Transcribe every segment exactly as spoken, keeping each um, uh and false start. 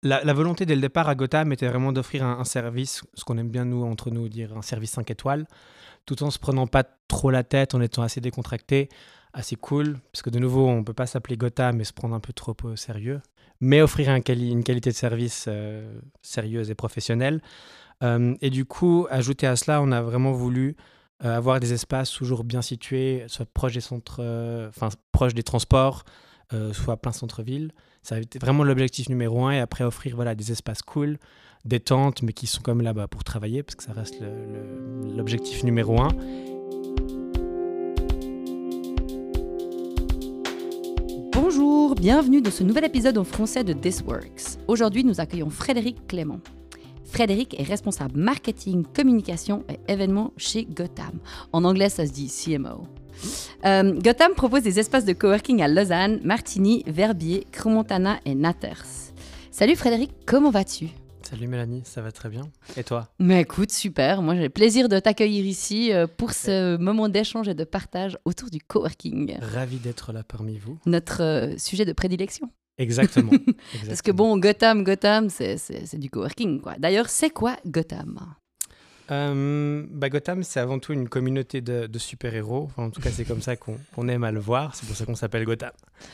La, la volonté dès le départ à Gotham était vraiment d'offrir un, un service, ce qu'on aime bien nous, entre nous, dire un service cinq étoiles, tout en se prenant pas trop la tête, en étant assez décontracté, assez cool, parce que de nouveau, on peut pas s'appeler Gotham et se prendre un peu trop au sérieux, mais offrir un quali- une qualité de service euh, sérieuse et professionnelle. Euh, et du coup, ajouté à cela, on a vraiment voulu euh, avoir des espaces toujours bien situés, soit proches des centres, euh, enfin proches des transports, euh, soit plein centre-ville. Ça a été vraiment l'objectif numéro un. Et après, offrir voilà, des espaces cool, détente, mais qui sont comme là-bas pour travailler, parce que ça reste le- le- l'objectif numéro un. Bonjour, bienvenue dans ce nouvel épisode en français de This Works. Aujourd'hui, nous accueillons Frédéric Clément. Frédéric est responsable marketing, communication et événements chez Gotham. En anglais, ça se dit C M O. Euh, Gotham propose des espaces de coworking à Lausanne, Martigny, Verbier, Crans-Montana et Natters. Salut Frédéric, comment vas-tu ? Salut Mélanie, ça va très bien. Et toi ? Mais écoute, super. Moi, j'ai le plaisir de t'accueillir ici euh, pour ce moment d'échange et de partage autour du coworking. Ravi d'être là parmi vous. Notre euh, sujet de prédilection. Exactement. Exactement. Parce que bon, Gotham, Gotham, c'est, c'est, c'est du coworking, quoi. D'ailleurs, c'est quoi Gotham ? Euh, bah Gotham, c'est avant tout une communauté de, de super-héros. Enfin, en tout cas, c'est comme ça qu'on, qu'on aime à le voir. C'est pour ça qu'on s'appelle Gotham.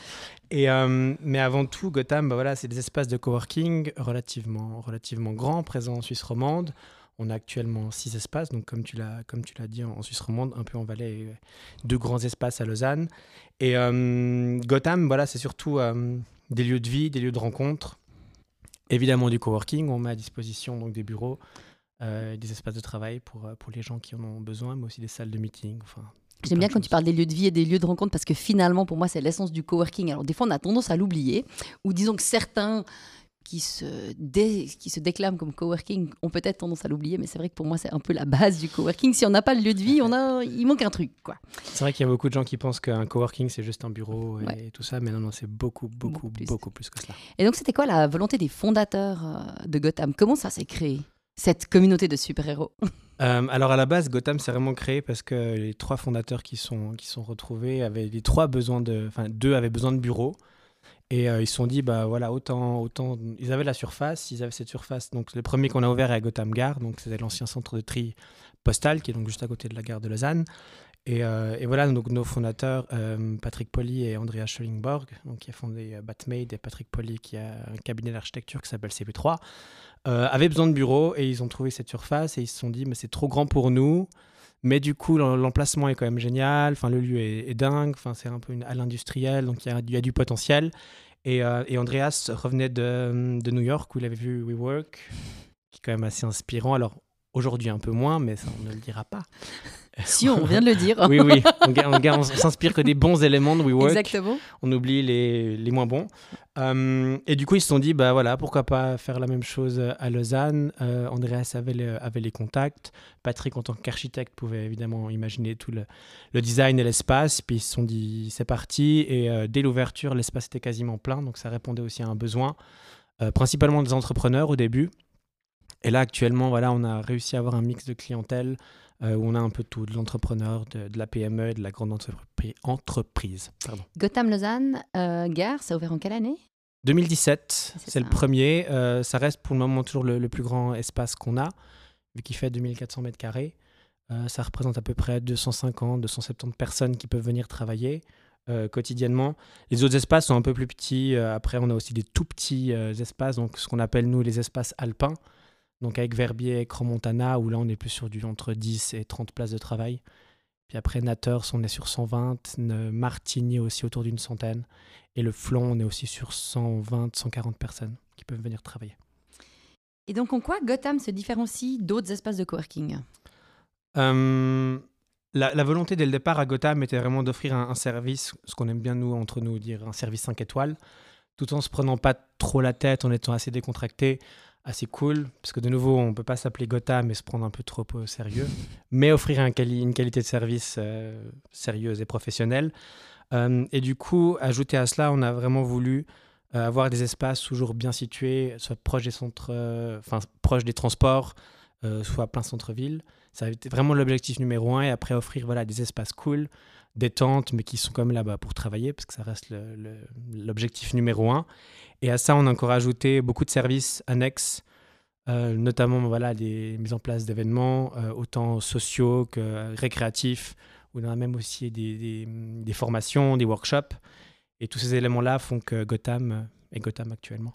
Et, euh, mais avant tout, Gotham, bah voilà, c'est des espaces de coworking relativement, relativement grands, présents en Suisse romande. On a actuellement six espaces, donc comme tu l'as, comme tu l'as dit, en, en Suisse romande, un peu en Valais, et deux grands espaces à Lausanne. Et euh, Gotham, voilà, c'est surtout euh, des lieux de vie, des lieux de rencontre. Évidemment du coworking, on met à disposition donc des bureaux, euh, des espaces de travail pour, pour les gens qui en ont besoin, mais aussi des salles de meeting. Enfin, J'aime bien quand tu parles des lieux de vie et des lieux de rencontre parce que finalement, pour moi, c'est l'essence du coworking. Alors, des fois, on a tendance à l'oublier, ou disons que certains qui se, dé, qui se déclament comme coworking ont peut-être tendance à l'oublier, mais c'est vrai que pour moi, c'est un peu la base du coworking. Si on n'a pas le lieu de vie, on a, il manque un truc, quoi. C'est vrai qu'il y a beaucoup de gens qui pensent qu'un coworking, c'est juste un bureau et Ouais. tout ça, mais non, non, c'est beaucoup, beaucoup, Beaucoup plus. beaucoup plus que cela. Et donc, c'était quoi la volonté des fondateurs euh, de Gotham ? Comment ça s'est créé, cette communauté de super-héros ? Euh, alors à la base, Gotham s'est vraiment créé parce que les trois fondateurs qui sont, qui sont retrouvés avaient les trois besoin de, enfin deux avaient besoin de bureaux et euh, ils se sont dit bah voilà autant, autant, ils avaient la surface, ils avaient cette surface. Donc le premier qu'on a ouvert est à Gotham Gare, donc c'était l'ancien centre de tri postal qui est donc juste à côté de la gare de Lausanne. Et, euh, et voilà, donc nos fondateurs, euh, Patrick Poli et Andrea Schollingborg, donc, qui a fondé euh, Batmade, et Patrick Poli qui a un cabinet d'architecture qui s'appelle C P trois, euh, avaient besoin de bureaux et ils ont trouvé cette surface et ils se sont dit mais c'est trop grand pour nous, mais du coup l'emplacement est quand même génial, enfin, le lieu est, est dingue, enfin, c'est un peu une halle industrielle, donc il y a, il y a du potentiel. Et, euh, et Andreas revenait de, de New York où il avait vu WeWork, qui est quand même assez inspirant. Alors aujourd'hui un peu moins, mais ça on ne le dira pas. Si, on vient de le dire. Oui, oui, on, on, on s'inspire que des bons éléments de WeWork. Exactement. On oublie les, les moins bons. Euh, et du coup, ils se sont dit, bah voilà, pourquoi pas faire la même chose à Lausanne. Euh, Andreas avait, le, avait les contacts. Patrick, en tant qu'architecte, pouvait évidemment imaginer tout le, le design et l'espace. Puis ils se sont dit, c'est parti. Et euh, dès l'ouverture, l'espace était quasiment plein. Donc ça répondait aussi à un besoin, euh, principalement des entrepreneurs au début. Et là, actuellement, voilà, on a réussi à avoir un mix de clientèle euh, où on a un peu tout, de l'entrepreneur, de, de la P M E, de la grande entreprise. entreprise pardon. Gotham Lausanne, euh, gare, ça a ouvert en quelle année ? deux mille dix-sept, c'est, c'est le ça. premier. Euh, ça reste pour le moment toujours le, le plus grand espace qu'on a, vu qu'il fait deux mille quatre cents mètres carrés. Euh, ça représente à peu près deux cent cinquante, deux cent soixante-dix personnes qui peuvent venir travailler euh, quotidiennement. Les autres espaces sont un peu plus petits. Euh, après, on a aussi des tout petits euh, espaces, donc ce qu'on appelle, nous, les espaces alpins. Donc avec Verbier et Crans-Montana, où là, on est plus sur du entre dix et trente places de travail. Puis après, Natters, on est sur cent vingt. Martigny aussi autour d'une centaine. Et le Flon, on est aussi sur cent vingt, cent quarante personnes qui peuvent venir travailler. Et donc, en quoi Gotham se différencie d'autres espaces de coworking ? euh, la, la volonté dès le départ à Gotham était vraiment d'offrir un, un service, ce qu'on aime bien nous, entre nous, dire un service cinq étoiles, tout en se prenant pas trop la tête, en étant assez décontracté, assez cool, parce que de nouveau, on ne peut pas s'appeler Gotham et se prendre un peu trop au sérieux, mais offrir un quali- une qualité de service euh, sérieuse et professionnelle. Euh, et du coup, ajouté à cela, on a vraiment voulu euh, avoir des espaces toujours bien situés, soit proches des centres, euh, enfin proches des transports, euh, soit plein centre-ville. Ça a été vraiment l'objectif numéro un. Et après, offrir voilà, des espaces cool, détente, mais qui sont quand même là-bas pour travailler, parce que ça reste le, le, l'objectif numéro un. Et à ça, on a encore ajouté beaucoup de services annexes, euh, notamment voilà, des mises en place d'événements, euh, autant sociaux que récréatifs, où on a même aussi des, des, des formations, des workshops. Et tous ces éléments-là font que Gotham est Gotham actuellement.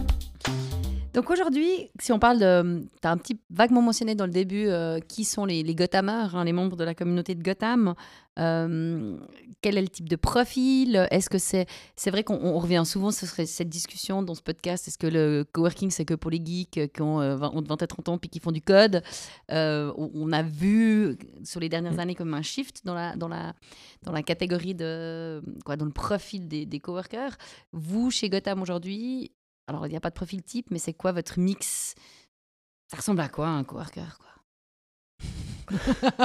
Donc aujourd'hui, si on parle de... Tu as un petit vaguement mentionné dans le début euh, qui sont les, les Gothamers, hein, les membres de la communauté de Gotham. Euh, quel est le type de profil? Est-ce que c'est... C'est vrai qu'on on revient souvent sur cette discussion dans ce podcast. Est-ce que le coworking, c'est que pour les geeks qui ont euh, vingt, vingt et trente ans puis qui font du code? euh, On a vu sur les dernières années comme un shift dans la, dans la, dans la catégorie de... Quoi, dans le profil des, des coworkers. Vous, chez Gotham aujourd'hui... Alors, il n'y a pas de profil type, mais c'est quoi votre mix? Ça ressemble à quoi, un coworker, quoi?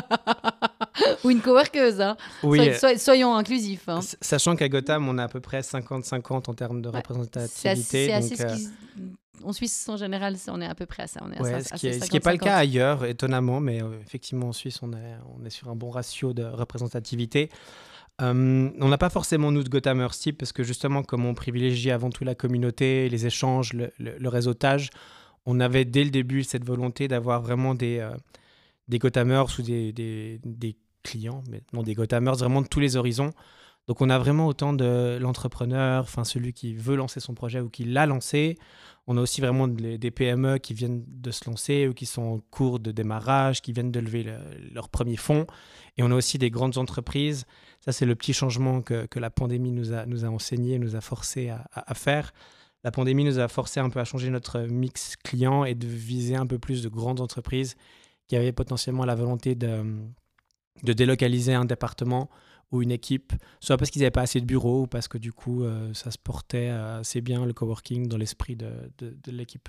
Ou une coworkeuse, hein? Oui, Soy, soy, soyons inclusifs. Hein. Sachant qu'à Gotham, on a à peu près cinquante cinquante en termes de ouais, représentativité. C'est assez, donc, c'est assez euh... qui... En Suisse, en général, on est à peu près à ça. On est ouais, à ce qui n'est pas le cas ailleurs, étonnamment, mais euh, effectivement, en Suisse, on est, on est sur un bon ratio de représentativité. Euh, on n'a pas forcément, nous, de Gothamers type, parce que justement, comme on privilégie avant tout la communauté, les échanges, le, le, le réseautage, on avait dès le début cette volonté d'avoir vraiment des, euh, des Gothamers ou des, des, des clients, mais non des Gothamers, vraiment de tous les horizons. Donc on a vraiment autant de l'entrepreneur, enfin celui qui veut lancer son projet ou qui l'a lancé. On a aussi vraiment de, des P M E qui viennent de se lancer ou qui sont en cours de démarrage, qui viennent de lever le, leur premier fonds. Et on a aussi des grandes entreprises. Ça, c'est le petit changement que, que la pandémie nous a, nous a enseigné, nous a forcé à, à, à faire. La pandémie nous a forcé un peu à changer notre mix client et de viser un peu plus de grandes entreprises qui avaient potentiellement la volonté de, de délocaliser un département ou une équipe, soit parce qu'ils n'avaient pas assez de bureaux ou parce que du coup, euh, ça se portait assez bien, le coworking, dans l'esprit de, de, de l'équipe.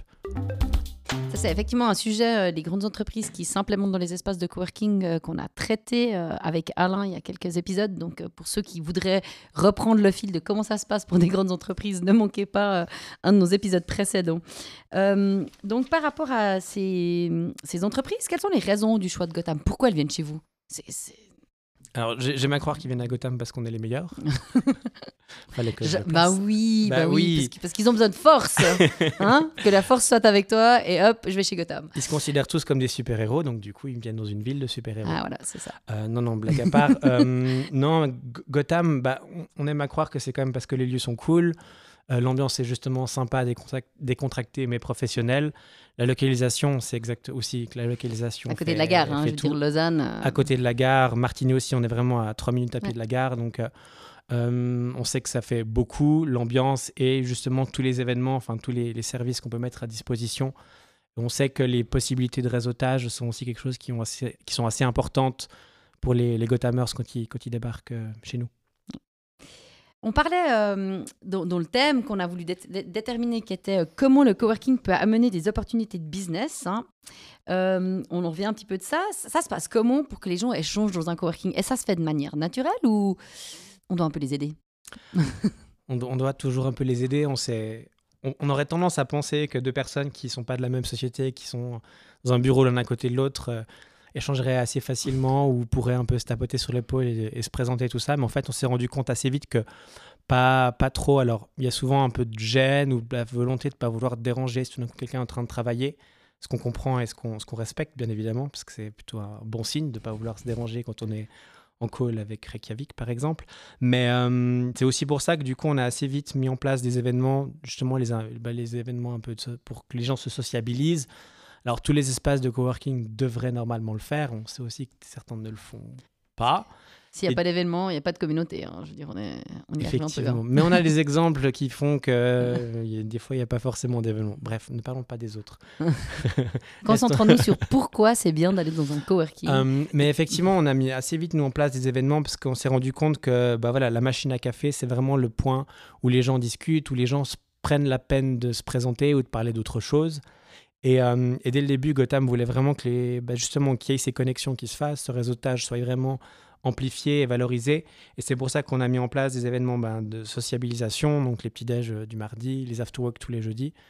Ça, c'est effectivement un sujet euh, des grandes entreprises qui s'implémentent dans les espaces de coworking euh, qu'on a traité euh, avec Alain il y a quelques épisodes. Donc, euh, pour ceux qui voudraient reprendre le fil de comment ça se passe pour des grandes entreprises, ne manquez pas euh, un de nos épisodes précédents. Euh, donc, par rapport à ces, ces entreprises, quelles sont les raisons du choix de Gotham? Pourquoi elles viennent chez vous? c'est, c'est... Alors, j'aime à croire qu'ils viennent à Gotham parce qu'on est les meilleurs. Fallait que je je, bah oui, bah, bah oui, oui. Parce, qu'ils, parce qu'ils ont besoin de force. Hein, que la force soit avec toi et hop, je vais chez Gotham. Ils se considèrent tous comme des super-héros, donc du coup, ils viennent dans une ville de super-héros. Ah voilà, c'est ça. Euh, non, non, blague à part. euh, non, G- Gotham, bah, on aime à croire que c'est quand même parce que les lieux sont cool. Euh, l'ambiance est justement sympa, décontract- décontractée, mais professionnelle. La localisation, c'est exact aussi que la localisation. À côté fait, de la gare, hein, je veux tout. dire Lausanne. Euh... À côté de la gare. Martigny aussi, on est vraiment à trois minutes à pied ouais. de la gare. Donc, euh, euh, on sait que ça fait beaucoup, l'ambiance et justement tous les événements, enfin tous les, les services qu'on peut mettre à disposition. On sait que les possibilités de réseautage sont aussi quelque chose qui, ont assez, qui sont assez importantes pour les, les Gothamers quand ils, quand ils débarquent euh, chez nous. On parlait euh, dans, dans le thème qu'on a voulu dé- dé- déterminer qui était euh, comment le coworking peut amener des opportunités de business. Hein. Euh, on en revient un petit peu de ça. ça. Ça se passe comment pour que les gens échangent dans un coworking? Et ça se fait de manière naturelle ou on doit un peu les aider? on, do- on doit toujours un peu les aider. On, sait, on, on aurait tendance à penser que deux personnes qui ne sont pas de la même société, qui sont dans un bureau l'un à côté de l'autre, euh, échangeraient assez facilement ou pourraient un peu se tapoter sur l'épaule et, et se présenter tout ça. Mais en fait, on s'est rendu compte assez vite que pas, pas trop. Alors, il y a souvent un peu de gêne ou de la volonté de ne pas vouloir déranger si tout d'un coup quelqu'un est en train de travailler. Ce qu'on comprend et ce qu'on, ce qu'on respecte, bien évidemment, parce que c'est plutôt un bon signe de ne pas vouloir se déranger quand on est en call avec Reykjavik, par exemple. Mais euh, c'est aussi pour ça que, du coup, on a assez vite mis en place des événements, justement, les, bah, les événements un peu de, pour que les gens se sociabilisent. Alors, tous les espaces de coworking devraient normalement le faire. On sait aussi que certains ne le font pas. S'il n'y a et... pas d'événement, il n'y a pas de communauté. Hein. Je veux dire, on, est... on y arrive un peu. Hein. Mais on a des exemples qui font que euh, y a, des fois, il n'y a pas forcément d'événement. Bref, ne parlons pas des autres. Concentrons-nous sur pourquoi c'est bien d'aller dans un coworking. Um, mais effectivement, on a mis assez vite, nous, en place des événements parce qu'on s'est rendu compte que bah, voilà, la machine à café, c'est vraiment le point où les gens discutent, où les gens se prennent la peine de se présenter ou de parler d'autre chose. Et, euh, et dès le début, Gotham voulait vraiment que les, bah justement, qu'il y ait ces connexions qui se fassent, ce réseautage soit vraiment amplifié et valorisé. Et c'est pour ça qu'on a mis en place des événements bah, de sociabilisation, donc les petits-déj du mardi, les after-work tous les jeudis,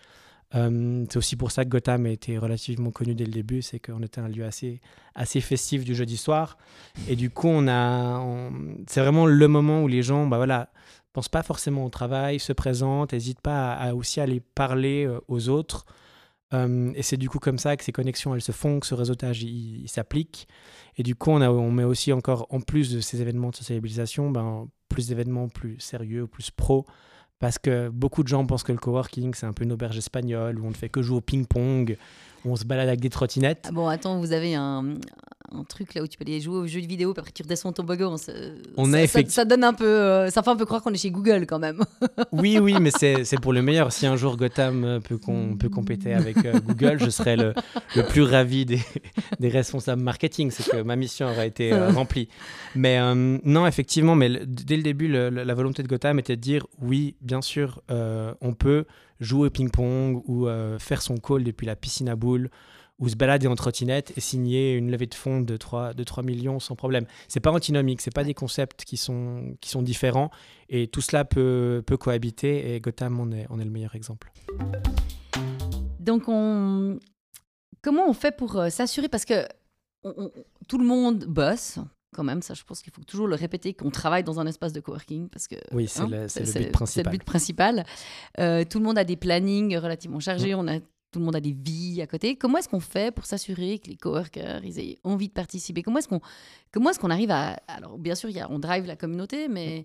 Euh, c'est aussi pour ça que Gotham a été relativement connu dès le début, c'est qu'on était un lieu assez, assez festif du jeudi soir. Et du coup, on a, on... c'est vraiment le moment où les gens bah voilà, pensent pas forcément au travail, se présentent, n'hésitent pas à, à aussi aller parler euh, aux autres. Euh, et c'est du coup comme ça que ces connexions elles se font, que ce réseautage il, il s'applique. Et du coup, on, a, on met aussi encore, en plus de ces événements de sociabilisation, ben, plus d'événements plus sérieux, plus pro. Parce que beaucoup de gens pensent que le coworking, c'est un peu une auberge espagnole où on ne fait que jouer au ping-pong, où on se balade avec des trottinettes. Ah bon, attends, vous avez un, un truc là où tu peux aller jouer aux jeux de vidéo, puis après tu redescends ton toboggan. Ça, On ça, a effecti- ça, ça donne un peu, euh, ça fait un peu croire qu'on est chez Google quand même. Oui, oui, mais c'est, c'est pour le meilleur. Si un jour Gotham peut, com- peut compéter avec euh, Google, je serais le, le plus ravi des, des responsables marketing. C'est que ma mission aurait été euh, remplie. Mais euh, non, effectivement, mais le- dès le début, le- le- la volonté de Gotham était de dire oui, bien sûr, euh, on peut jouer au ping-pong ou euh, faire son call depuis la piscine à boules ou se balader en trottinette et signer une levée de fonds de trois, de trois millions sans problème. C'est pas antinomique, c'est pas des concepts qui sont, qui sont différents et tout cela peut, peut cohabiter et Gotham en est, en est le meilleur exemple. Donc, on... comment on fait pour euh, s'assurer, parce que on, on, tout le monde bosse, quand même, ça je pense qu'il faut toujours le répéter, qu'on travaille dans un espace de coworking, parce que oui, c'est, hein, le, c'est, c'est, le but principal. C'est le but principal. Euh, tout le monde a des plannings relativement chargés, mmh. on a tout le monde a des vies à côté. Comment est-ce qu'on fait pour s'assurer que les coworkers ils aient envie de participer? Comment est-ce qu'on, comment est-ce qu'on arrive à... Alors, bien sûr, il y a, on drive la communauté, mais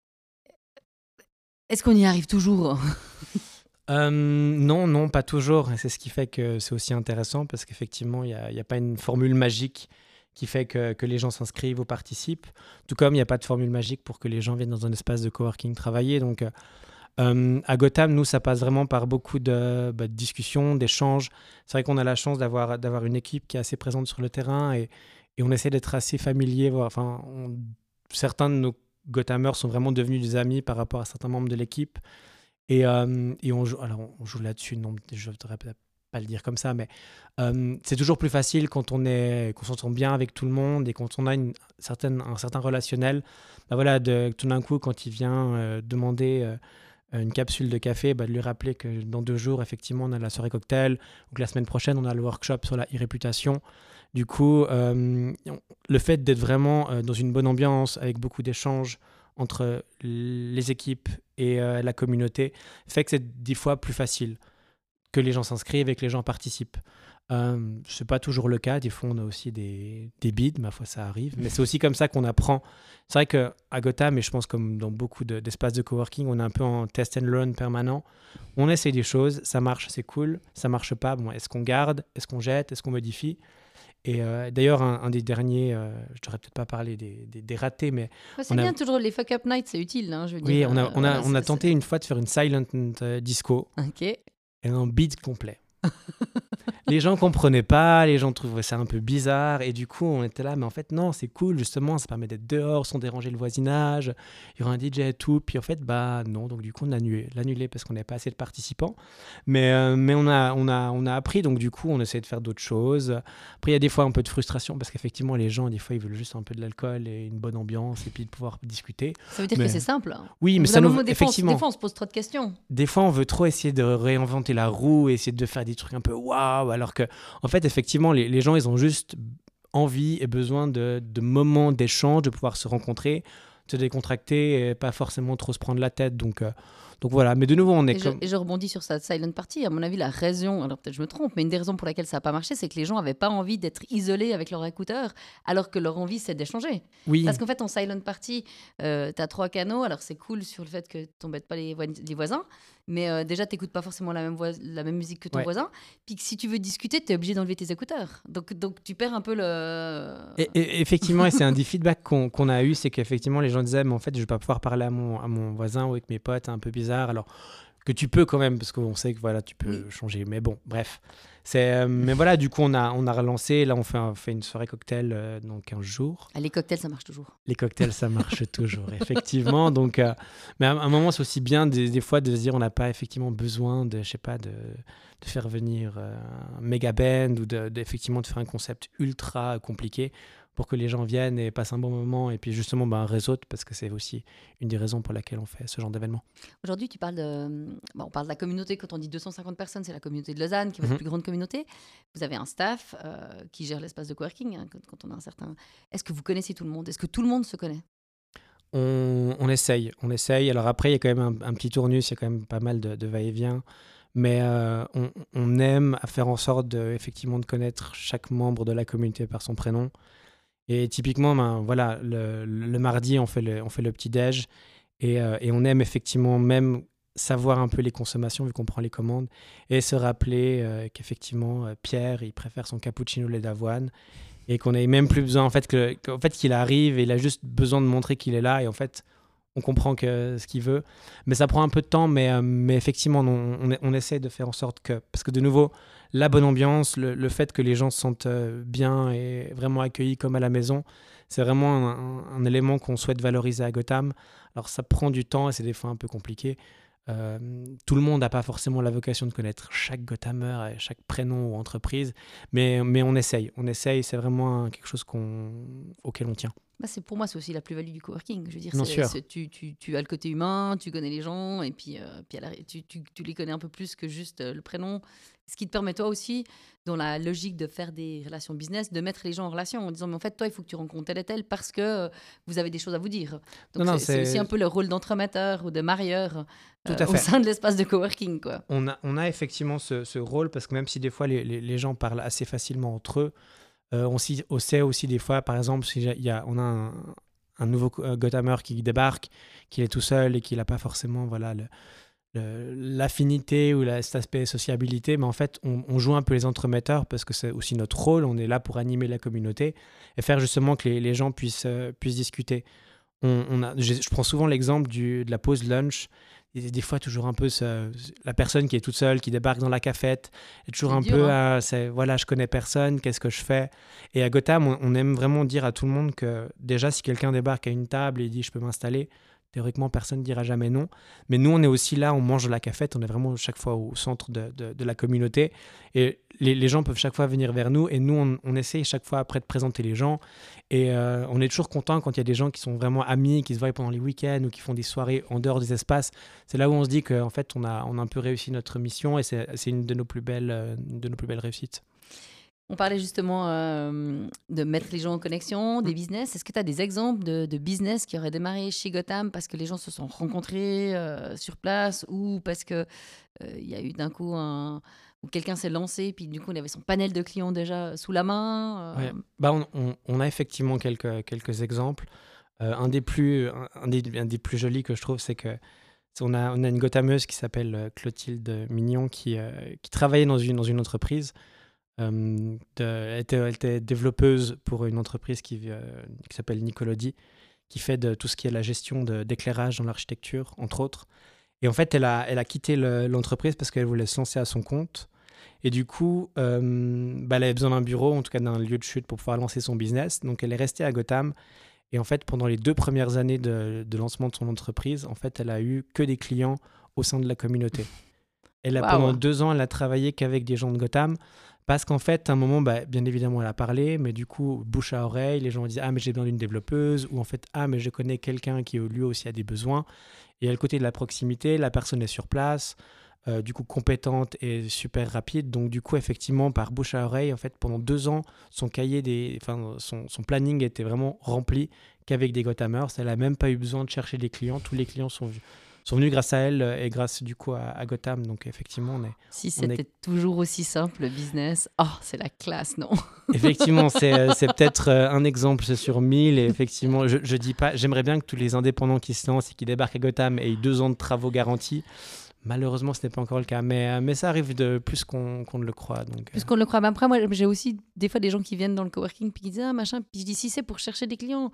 est-ce qu'on y arrive toujours? euh, Non, non, pas toujours. Et c'est ce qui fait que c'est aussi intéressant, parce qu'effectivement, il n'y a, y a pas une formule magique qui fait que, que les gens s'inscrivent ou participent. Tout comme il n'y a pas de formule magique pour que les gens viennent dans un espace de coworking travailler. Donc... Euh, à Gotham, nous, ça passe vraiment par beaucoup de, bah, de discussions, d'échanges. C'est vrai qu'on a la chance d'avoir, d'avoir une équipe qui est assez présente sur le terrain et, et on essaie d'être assez familier. Voire, enfin, on, certains de nos Gothamers sont vraiment devenus des amis par rapport à certains membres de l'équipe. Et, euh, et on, joue, alors on joue là-dessus, non, je ne voudrais pas le dire comme ça, mais euh, c'est toujours plus facile quand on, est, qu'on s'entend bien avec tout le monde et quand on a une certaine, un certain relationnel. Bah voilà, de, tout d'un coup, quand il vient euh, demander... Euh, une capsule de café, bah, de lui rappeler que dans deux jours, effectivement, on a la soirée cocktail, ou que la semaine prochaine, on a le workshop sur la e-réputation. Du coup, euh, le fait d'être vraiment euh, dans une bonne ambiance, avec beaucoup d'échanges entre les équipes et euh, la communauté, fait que c'est dix fois plus facile que les gens s'inscrivent et que les gens participent. Euh, ce n'est pas toujours le cas. Des fois, on a aussi des, des bides, ma foi, ça arrive. Mais c'est aussi comme ça qu'on apprend. C'est vrai qu'à Gotham, et je pense comme dans beaucoup de, d'espaces de coworking, on est un peu en test and learn permanent. On essaie des choses, ça marche, c'est cool. Ça ne marche pas, bon, est-ce qu'on garde? Est-ce qu'on jette? Est-ce qu'on modifie? Et euh, d'ailleurs, un, un des derniers, euh, je ne devrais peut-être pas parler des, des, des ratés, mais... Ouais, c'est bien, a... toujours les fuck-up nights, c'est utile. Hein, je veux oui, dire, on a, euh, on a, voilà, on a c'est, tenté c'est... une fois de faire une silent euh, disco. Ok. Et un bid complet. Les gens comprenaient pas, les gens trouvaient ça un peu bizarre et du coup on était là, mais en fait non, c'est cool justement, ça permet d'être dehors sans déranger le voisinage, il y aura un D J et tout, puis en fait bah non, donc du coup on a annulé, l'annulé parce qu'on n'avait pas assez de participants, mais, euh, mais on, a, on, a, on a appris, donc du coup on essaie de faire d'autres choses. Après il y a des fois un peu de frustration parce qu'effectivement les gens des fois ils veulent juste un peu de l'alcool et une bonne ambiance et puis de pouvoir discuter. Ça veut dire mais... que c'est simple. Oui, mais ça nous... des effectivement. Fois, des fois on se pose trop de questions. Des fois on veut trop essayer de réinventer la roue, essayer de faire des trucs un peu waouh, alors que en fait effectivement les, les gens ils ont juste envie et besoin de, de moments d'échange, de pouvoir se rencontrer, se décontracter et pas forcément trop se prendre la tête, donc, euh, donc voilà, mais de nouveau on est et, comme... je, et je rebondis sur cette silent party, à mon avis la raison, alors peut-être je me trompe, mais une des raisons pour laquelle ça n'a pas marché, c'est que les gens n'avaient pas envie d'être isolés avec leurs écouteurs, alors que leur envie c'est d'échanger. Oui. Parce qu'en fait en silent party euh, tu as trois canaux, alors c'est cool sur le fait que tu n'embêtes pas les, vo- les voisins, mais euh, déjà tu n'écoutes pas forcément la même, voix, la même musique que ton ouais. voisin, puis que si tu veux discuter tu es obligé d'enlever tes écouteurs, donc, donc tu perds un peu le... Et, et, effectivement, et c'est un des feedbacks qu'on, qu'on a eu, c'est qu'effectivement les gens disaient mais en fait je ne vais pas pouvoir parler à mon, à mon voisin ou avec mes potes, c'est un peu bizarre, alors que tu peux quand même, parce qu'on sait que voilà, tu peux oui. changer. Mais bon, bref, C'est, euh, mais voilà, du coup, on a, on a relancé. Là, on fait, un- fait une soirée cocktail euh, dans quinze jours. Ah, les cocktails, ça marche toujours. Les cocktails, ça marche toujours, effectivement. Donc, euh, mais à un moment, c'est aussi bien des, des fois de se dire on n'a pas effectivement besoin de, je sais pas, de, de faire venir euh, un méga band ou de, de- effectivement de faire un concept ultra compliqué pour que les gens viennent et passent un bon moment et puis justement ben, réseautent parce que c'est aussi une des raisons pour laquelle on fait ce genre d'événement. Aujourd'hui, tu parles de, bon, on parle de la communauté. Quand on dit deux cent cinquante personnes, c'est la communauté de Lausanne, qui est votre Mhm. plus grande communauté. Vous avez un staff euh, qui gère l'espace de coworking, hein, quand, quand on a un certain... Est-ce que vous connaissez tout le monde? Est-ce que tout le monde se connaît? On, on essaye, on essaye. Alors après, il y a quand même un, un petit tournus, il y a quand même pas mal de, de va-et-vient. Mais euh, on, on aime à faire en sorte de, effectivement de connaître chaque membre de la communauté par son prénom. Et typiquement, ben, voilà, le, le mardi, on fait le, on fait le petit-déj et, euh, et on aime effectivement même savoir un peu les consommations vu qu'on prend les commandes et se rappeler euh, qu'effectivement, euh, Pierre, il préfère son cappuccino au lait d'avoine et qu'on n'ait même plus besoin, en fait, que, qu'en fait, qu'il arrive et il a juste besoin de montrer qu'il est là et en fait, on comprend que ce qu'il veut. Mais ça prend un peu de temps, mais, euh, mais effectivement, on, on, on essaie de faire en sorte que... Parce que de nouveau, la bonne ambiance, le, le fait que les gens se sentent euh, bien et vraiment accueillis comme à la maison, c'est vraiment un, un- un élément qu'on souhaite valoriser à Gotham. Alors ça prend du temps et c'est des fois un peu compliqué. Euh, tout le monde n'a pas forcément la vocation de connaître chaque Gothamer et chaque prénom ou entreprise, mais, mais on essaye. On essaye, c'est vraiment un- quelque chose qu'on, auquel on tient. Bah, c'est, pour moi, c'est aussi la plus-value du coworking. Je veux dire, Bien c'est, sûr. c'est- tu, tu, tu as le côté humain, tu connais les gens, et puis, euh, puis à la- tu, tu, tu les connais un peu plus que juste euh, le prénom. Ce qui te permet, toi aussi, dans la logique de faire des relations business, de mettre les gens en relation en disant, mais en fait, toi, il faut que tu rencontres tel et tel parce que euh, vous avez des choses à vous dire. Donc, Non, non, c'est, c'est aussi c'est un peu le rôle d'entremetteur ou de marieur tout euh, à au fait. sein de l'espace de coworking, quoi. On a, on a effectivement ce, ce rôle parce que même si des fois les, les- les gens parlent assez facilement entre eux, euh, on, s'y- on sait aussi des fois, par exemple, si il y a, on a un, un nouveau co- euh, Gothamer qui débarque, qu'il est tout seul et qu'il n'a pas forcément voilà, le- le- l'affinité ou la, cet aspect sociabilité, mais en fait, on, on joue un peu les entremetteurs parce que c'est aussi notre rôle. On est là pour animer la communauté et faire justement que les, les gens puissent, euh, puissent discuter. On, on a, je, je prends souvent l'exemple du- de la pause lunch. Il y a des fois toujours un peu ce- la personne qui est toute seule, qui débarque dans la cafette, est toujours C'est un dur, peu hein. à, c'est, voilà, je connais personne, qu'est-ce que je fais? Et à Gotham, on, on aime vraiment dire à tout le monde que déjà, si quelqu'un débarque à une table et dit je peux m'installer, théoriquement, personne ne dira jamais non. Mais nous, on est aussi là, on mange de la cafette, on est vraiment chaque fois au centre de, de- de la communauté. Et les, les gens peuvent chaque fois venir vers nous et nous, on, on essaye chaque fois après de présenter les gens. Et euh, on est toujours content quand il y a des gens qui sont vraiment amis, qui se voient pendant les week-ends ou qui font des soirées en dehors des espaces. C'est là où on se dit qu'en fait, on a, on a un peu réussi notre mission et c'est, c'est une de nos plus belles, euh, de nos plus belles réussites. On parlait justement euh, de mettre les gens en connexion, des business. Est-ce que tu as des exemples de, de business qui auraient démarré chez Gotham parce que les gens se sont rencontrés euh, sur place ou parce qu'il euh, y a eu d'un coup un... où quelqu'un s'est lancé puis du coup il avait son panel de clients déjà sous la main euh... Ouais. Bah, on, on- on a effectivement quelques, quelques exemples. Euh, un, des plus, un, un des, un des plus jolis que je trouve, c'est que c'est- on a, on a une Gothameuse qui s'appelle euh, Clotilde Mignon qui, euh, qui travaillait dans une, dans une entreprise. Euh, de- elle, était, elle était développeuse pour une entreprise qui, euh, qui s'appelle Nicolodi, qui fait de tout ce qui est la gestion de- d'éclairage dans l'architecture, entre autres. Et en fait, elle a, elle a quitté le- l'entreprise parce qu'elle voulait se lancer à son compte. Et du coup, euh, bah, elle avait besoin d'un bureau, en tout cas d'un lieu de chute pour pouvoir lancer son business. Donc, elle est restée à Gotham. Et en fait, pendant les deux premières années de, de lancement de son entreprise, en fait, elle a eu que des clients au sein de la communauté. Elle a, pendant Waouh. deux ans, elle a travaillé qu'avec des gens de Gotham. Parce qu'en fait, à un moment, bah, bien évidemment, elle a parlé, mais du coup, bouche à oreille, les gens disent ah, mais j'ai besoin d'une développeuse, ou en fait, ah, mais je connais quelqu'un qui, lui aussi, a des besoins. Et à le côté de la proximité, la personne est sur place, euh, du coup, compétente et super rapide. Donc, du coup, effectivement, par bouche à oreille, en fait, pendant deux ans, son cahier, des, enfin, son, son planning était vraiment rempli qu'avec des Gothamers. Elle n'a même pas eu besoin de chercher des clients. Tous les clients sont, sont venus grâce à elle euh, et grâce, du coup, à, à Gotham. Donc, effectivement, on est. Si On c'était est- toujours aussi simple le business, oh c'est la classe, non? Effectivement, c'est, euh, c'est peut-être euh, un exemple sur mille. Et effectivement, je, je dis pas, j'aimerais bien que tous les indépendants qui se lancent et qui débarquent à Gotham aient eu deux ans de travaux garantis. Malheureusement, ce n'est pas encore le cas. Mais, euh, mais ça arrive de plus qu'on, qu'on ne le croit. Donc, euh, Plus qu'on ne le croit. Mais après, moi, j'ai aussi des fois des gens qui viennent dans le coworking puis qui disent ah machin. Puis je dis si c'est pour chercher des clients.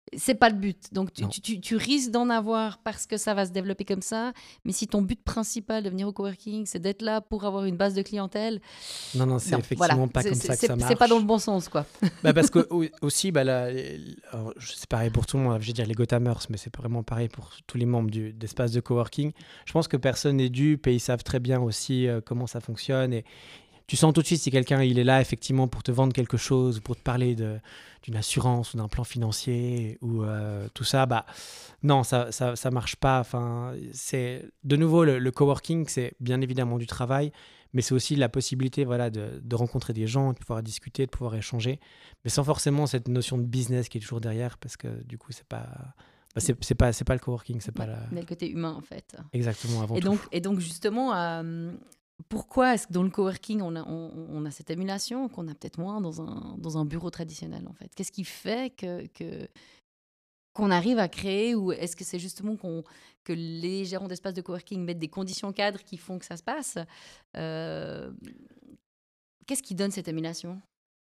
C'est pas le but. Donc, tu, Non. tu, tu, tu risques d'en avoir parce que ça va se développer comme ça. Mais si ton but principal de venir au coworking, c'est d'être là pour avoir une base de clientèle, Non, non, c'est non, effectivement voilà. pas C'est- comme c'est- ça que c'est- ça marche. C'est pas dans le bon sens, quoi. Bah parce que au- aussi, bah, là, alors, c'est pareil pour tout le monde, je vais dire les Gothamers, mais c'est vraiment pareil pour tous les membres du, d'espace de coworking. Je pense que personne n'est dupe et ils savent très bien aussi euh, comment ça fonctionne. Et tu sens tout de suite si quelqu'un il est là effectivement pour te vendre quelque chose, ou pour te parler de, d'une assurance ou d'un plan financier ou euh, tout ça. Bah non, ça, ça, ça marche pas. Enfin, c'est de nouveau le, le coworking, c'est bien évidemment du travail, mais c'est aussi la possibilité, voilà, de, de rencontrer des gens, de pouvoir discuter, de pouvoir échanger, mais sans forcément cette notion de business qui est toujours derrière, parce que du coup, c'est pas, bah, c'est, c'est pas, c'est pas le coworking, c'est pas Ouais, la... mais le côté humain, en fait. exactement avant Et tout. donc, et donc justement, euh, pourquoi est-ce que dans le coworking, on a, on, on a cette émulation qu'on a peut-être moins dans un, dans un bureau traditionnel, en fait? Qu'est-ce qui fait que, que, qu'on arrive à créer, ou est-ce que c'est justement qu'on, que les gérants d'espace de coworking mettent des conditions cadres qui font que ça se passe? Euh, Qu'est-ce qui donne cette émulation?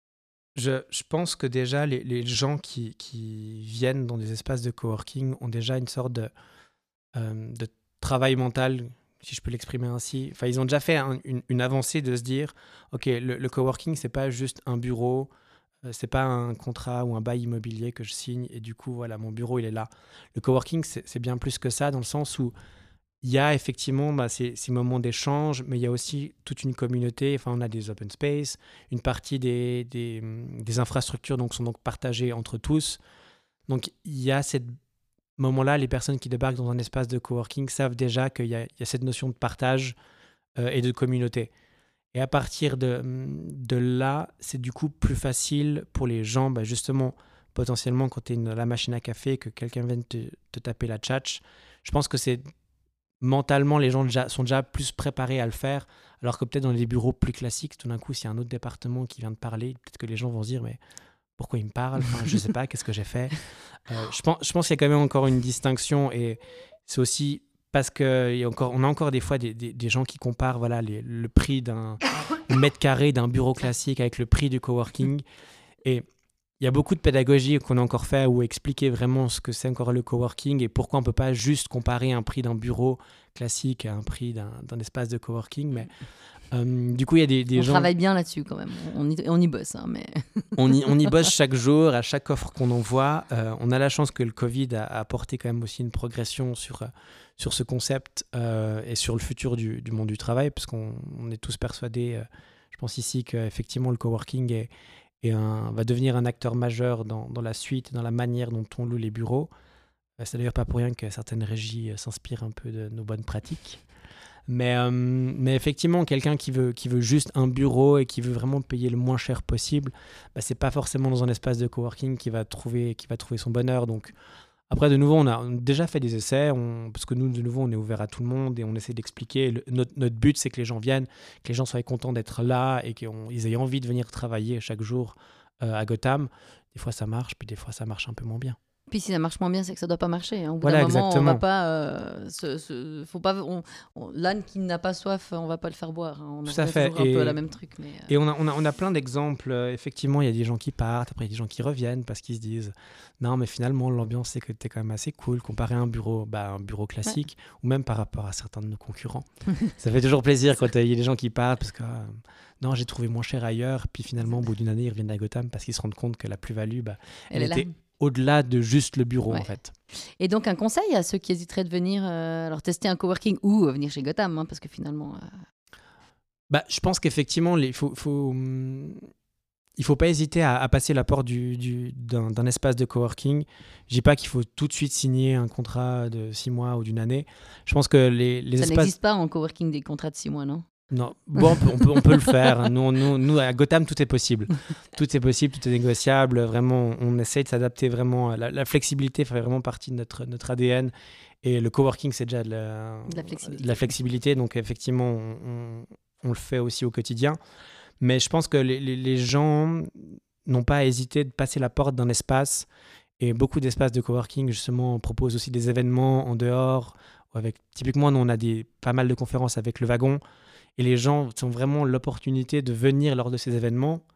Je, je pense que déjà, les, les gens qui, qui viennent dans des espaces de coworking ont déjà une sorte de, euh, de travail mental, si je peux l'exprimer ainsi. Enfin, ils ont déjà fait un- une, une avancée de se dire, OK, le, le coworking, c'est pas juste un bureau, euh, c'est pas un contrat ou un bail immobilier que je signe et du coup, voilà, mon bureau, il est là. Le coworking, c'est, c'est bien plus que ça, dans le sens où il y a effectivement bah, ces, ces moments d'échange, mais il y a aussi toute une communauté. Enfin, on a des open space, une partie des, des, hum, des infrastructures donc, sont donc partagées entre tous. Donc, il y a ce moment-là, les personnes qui débarquent dans un espace de coworking savent déjà qu'il y a, il y a cette notion de partage euh, et de communauté. Et à partir de, hum, de là, c'est du coup plus facile pour les gens, bah, justement, potentiellement, quand tu es à la machine à café, que quelqu'un vienne te, te taper la tchatch. Je pense que c'est mentalement, les gens déjà, sont déjà plus préparés à le faire, alors que peut-être dans les bureaux plus classiques, tout d'un coup, s'il y a un autre département qui vient de parler, peut-être que les gens vont se dire, mais pourquoi il me parle? Enfin, je sais pas, qu'est-ce que j'ai fait? Euh, je pense, je pense qu'il y a quand même encore une distinction, et c'est aussi parce qu'il y a encore, on a encore des fois des, des, des gens qui comparent voilà, les, le prix d'un mètre carré d'un bureau classique avec le prix du coworking. Et il y a beaucoup de pédagogie qu'on a encore fait ou expliquer vraiment ce que c'est encore le coworking et pourquoi on ne peut pas juste comparer un prix d'un bureau classique à un prix d'un, d'un espace de coworking. Mais euh, du coup, il y a des, des On gens... travaille bien là-dessus quand même. On y, on y bosse, hein, mais... on, y, on y bosse chaque jour, à chaque offre qu'on envoie. Euh, on a la chance que le Covid a, a apporté quand même aussi une progression sur, sur ce concept euh, et sur le futur du, du monde du travail, parce qu'on on est tous persuadés, euh, je pense ici, qu'effectivement le coworking est, est un, va devenir un acteur majeur dans, dans la suite, dans la manière dont on loue les bureaux. Euh, c'est d'ailleurs pas pour rien que certaines régies euh, s'inspirent un peu de nos bonnes pratiques. Mais, euh, mais effectivement, quelqu'un qui veut, qui veut juste un bureau et qui veut vraiment payer le moins cher possible, bah, c'est pas forcément dans un espace de coworking qui va trouver, qui va trouver son bonheur. Donc, après, de nouveau, on a déjà fait des essais, on, parce que nous, de nouveau, on est ouvert à tout le monde et on essaie d'expliquer. Le, notre, notre but, c'est que les gens viennent, que les gens soient contents d'être là et qu'ils aient envie de venir travailler chaque jour euh, à Gotham. Des fois, ça marche, puis des fois, ça marche un peu moins bien. Puis si ça marche moins bien, c'est que ça doit pas marcher. Hein. Au bout Voilà, d'un moment, exactement. on va pas, euh, se, se- faut pas, on- on- l'âne qui n'a pas soif, on va pas le faire boire. Hein. On Tout en à revient fait. toujours un Et- peu à la même truc. Mais, euh, Et on a, on a, on a plein d'exemples. Euh, Effectivement, il y a des gens qui partent, après il y a des gens qui reviennent parce qu'ils se disent non, mais finalement, l'ambiance, c'est que tu es quand même assez cool comparé à un bureau, bah, un bureau classique ou même par rapport à certains de nos concurrents. Ça fait toujours plaisir quand il y a des gens qui partent parce que euh, non, j'ai trouvé moins cher ailleurs. Puis finalement, au bout d'une année, ils reviennent à Gotham parce qu'ils se rendent compte que la plus-value, bah, elle elle est là. était au-delà de juste le bureau Ouais. en fait. Et donc, un conseil à ceux qui hésiteraient de venir euh, alors tester un coworking ou euh, venir chez Gotham, hein, parce que finalement. euh, Bah, je pense qu'effectivement, il faut, faut, hum, il faut pas hésiter à, à passer la porte du, du, d'un, d'un espace de coworking. Je dis pas qu'il faut tout de suite signer un contrat de six mois ou d'une année. Je pense que les, les ça espaces... n'existe pas en coworking des contrats de six mois, non? Non, bon, on peut, on peut, on peut le faire. Nous, nous, nous, à Gotham, tout est possible. Tout est possible, tout est négociable. Vraiment, on essaye de s'adapter vraiment. La, la flexibilité fait vraiment partie de notre, notre A D N. Et le coworking, c'est déjà de la, De la flexibilité. de la flexibilité. Donc, effectivement, on, on, on le fait aussi au quotidien. Mais je pense que les, les, les gens n'ont pas à hésiter de passer la porte d'un espace. Et beaucoup d'espaces de coworking, justement, proposent aussi des événements en dehors. Avec, typiquement, nous, on a des, pas mal de conférences avec le wagon. Et les gens ont vraiment l'opportunité de venir lors de ces événements,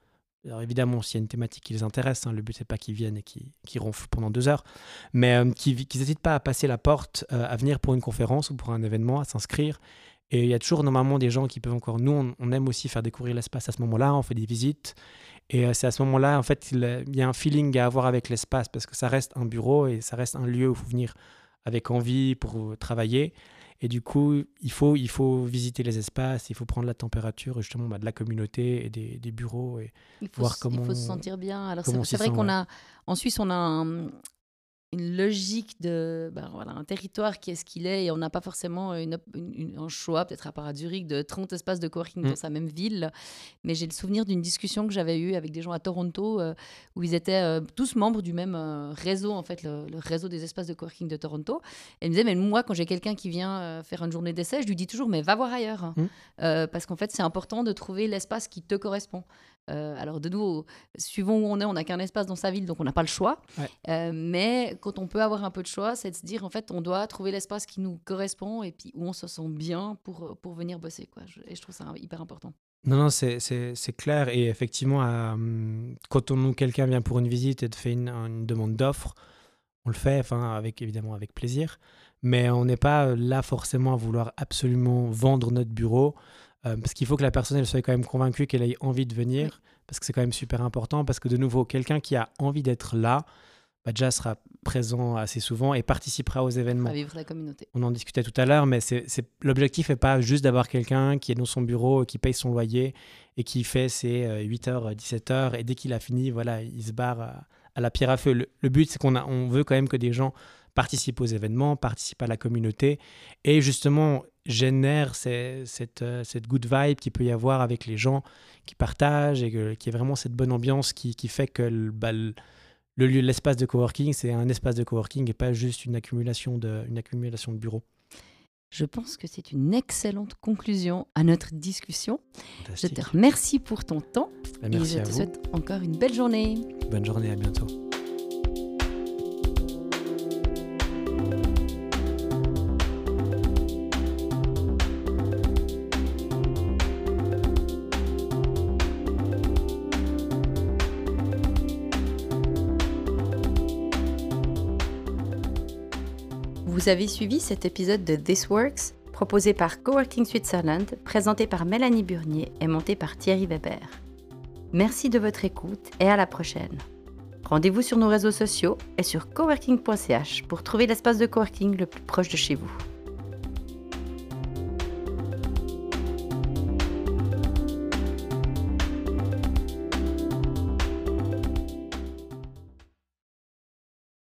Alors évidemment, s'il y a une thématique qui les intéresse, hein, le but c'est pas qu'ils viennent et qu'ils, qu'ils ronflent pendant deux heures, mais euh, qu'ils qu'ils n'hésitent pas à passer la porte, euh, à venir pour une conférence ou pour un événement, à s'inscrire. Et il y a toujours normalement des gens qui peuvent encore... Nous, on, on aime aussi faire découvrir l'espace à ce moment-là, on fait des visites. Et euh, c'est à ce moment-là, en fait, il, il y a un feeling à avoir avec l'espace parce que ça reste un bureau et ça reste un lieu où il faut venir avec envie pour travailler. Et du coup, il faut, il faut visiter les espaces, il faut prendre la température justement bah, de la communauté et des, des bureaux et Il faut, voir s- il comment, faut se sentir bien. Alors, c'est, comment on c'est s'y vrai sent. qu'on Ouais. a, en Suisse, on a un- une logique de, ben voilà, un territoire qui est ce qu'il est et on n'a pas forcément une, op- une- une- un choix, peut-être à part à Zurich, de trente espaces de coworking Mm. dans sa même ville. Mais j'ai le souvenir d'une discussion que j'avais eue avec des gens à Toronto euh, où ils étaient euh, tous membres du même euh, réseau, en fait, le, le réseau des espaces de coworking de Toronto. Et ils me disaient, mais moi, quand j'ai quelqu'un qui vient euh, faire une journée d'essai, je lui dis toujours, mais va voir ailleurs. Mm. Euh, parce qu'en fait, c'est important de trouver l'espace qui te correspond. Euh, alors, de nouveau, suivant où on est, on n'a qu'un espace dans sa ville, donc on n'a pas le choix. Ouais. Euh, mais quand on peut avoir un peu de choix, c'est de se dire, en fait, on doit trouver l'espace qui nous correspond et puis où on se sent bien pour, pour venir bosser, quoi. Je- et je trouve ça hyper important. Non, non, c'est, c'est, c'est clair. Et effectivement, euh, quand on, nous, quelqu'un vient pour une visite et te fait une, une demande d'offre, on le fait, enfin, avec, évidemment avec plaisir. Mais on n'est pas là forcément à vouloir absolument vendre notre bureau. Euh, parce qu'il faut que la personne elle soit quand même convaincue qu'elle ait envie de venir. Oui. Parce que c'est quand même super important. Parce que de nouveau, quelqu'un qui a envie d'être là, bah, déjà sera présent assez souvent et participera aux événements. À vivre la communauté. On en discutait tout à l'heure, mais c'est, c'est, l'objectif n'est pas juste d'avoir quelqu'un qui est dans son bureau, qui paye son loyer et qui fait ses euh, huit heures, dix-sept heures et dès qu'il a fini, voilà, il se barre à, à la pierre à feu. Le, le but, c'est qu'on a, on veut quand même que des gens participent aux événements, participent à la communauté et justement génèrent ces, cette, euh, cette good vibe qu'il peut y avoir avec les gens qui partagent et que, qu'il y ait vraiment cette bonne ambiance qui, qui fait que le, bah, le, le lieu, l'espace de coworking, c'est un espace de coworking et pas juste une accumulation de, une accumulation de bureaux. Je pense que c'est une excellente conclusion à notre discussion. Fantastique. Je te remercie pour ton temps Bah, merci et je à te vous. souhaite encore une belle journée. Bonne journée, à bientôt. Vous avez suivi cet épisode de This Works, proposé par Coworking Switzerland, présenté par Mélanie Burnier et monté par Thierry Weber. Merci de votre écoute et à la prochaine. Rendez-vous sur nos réseaux sociaux et sur coworking point c h pour trouver l'espace de coworking le plus proche de chez vous.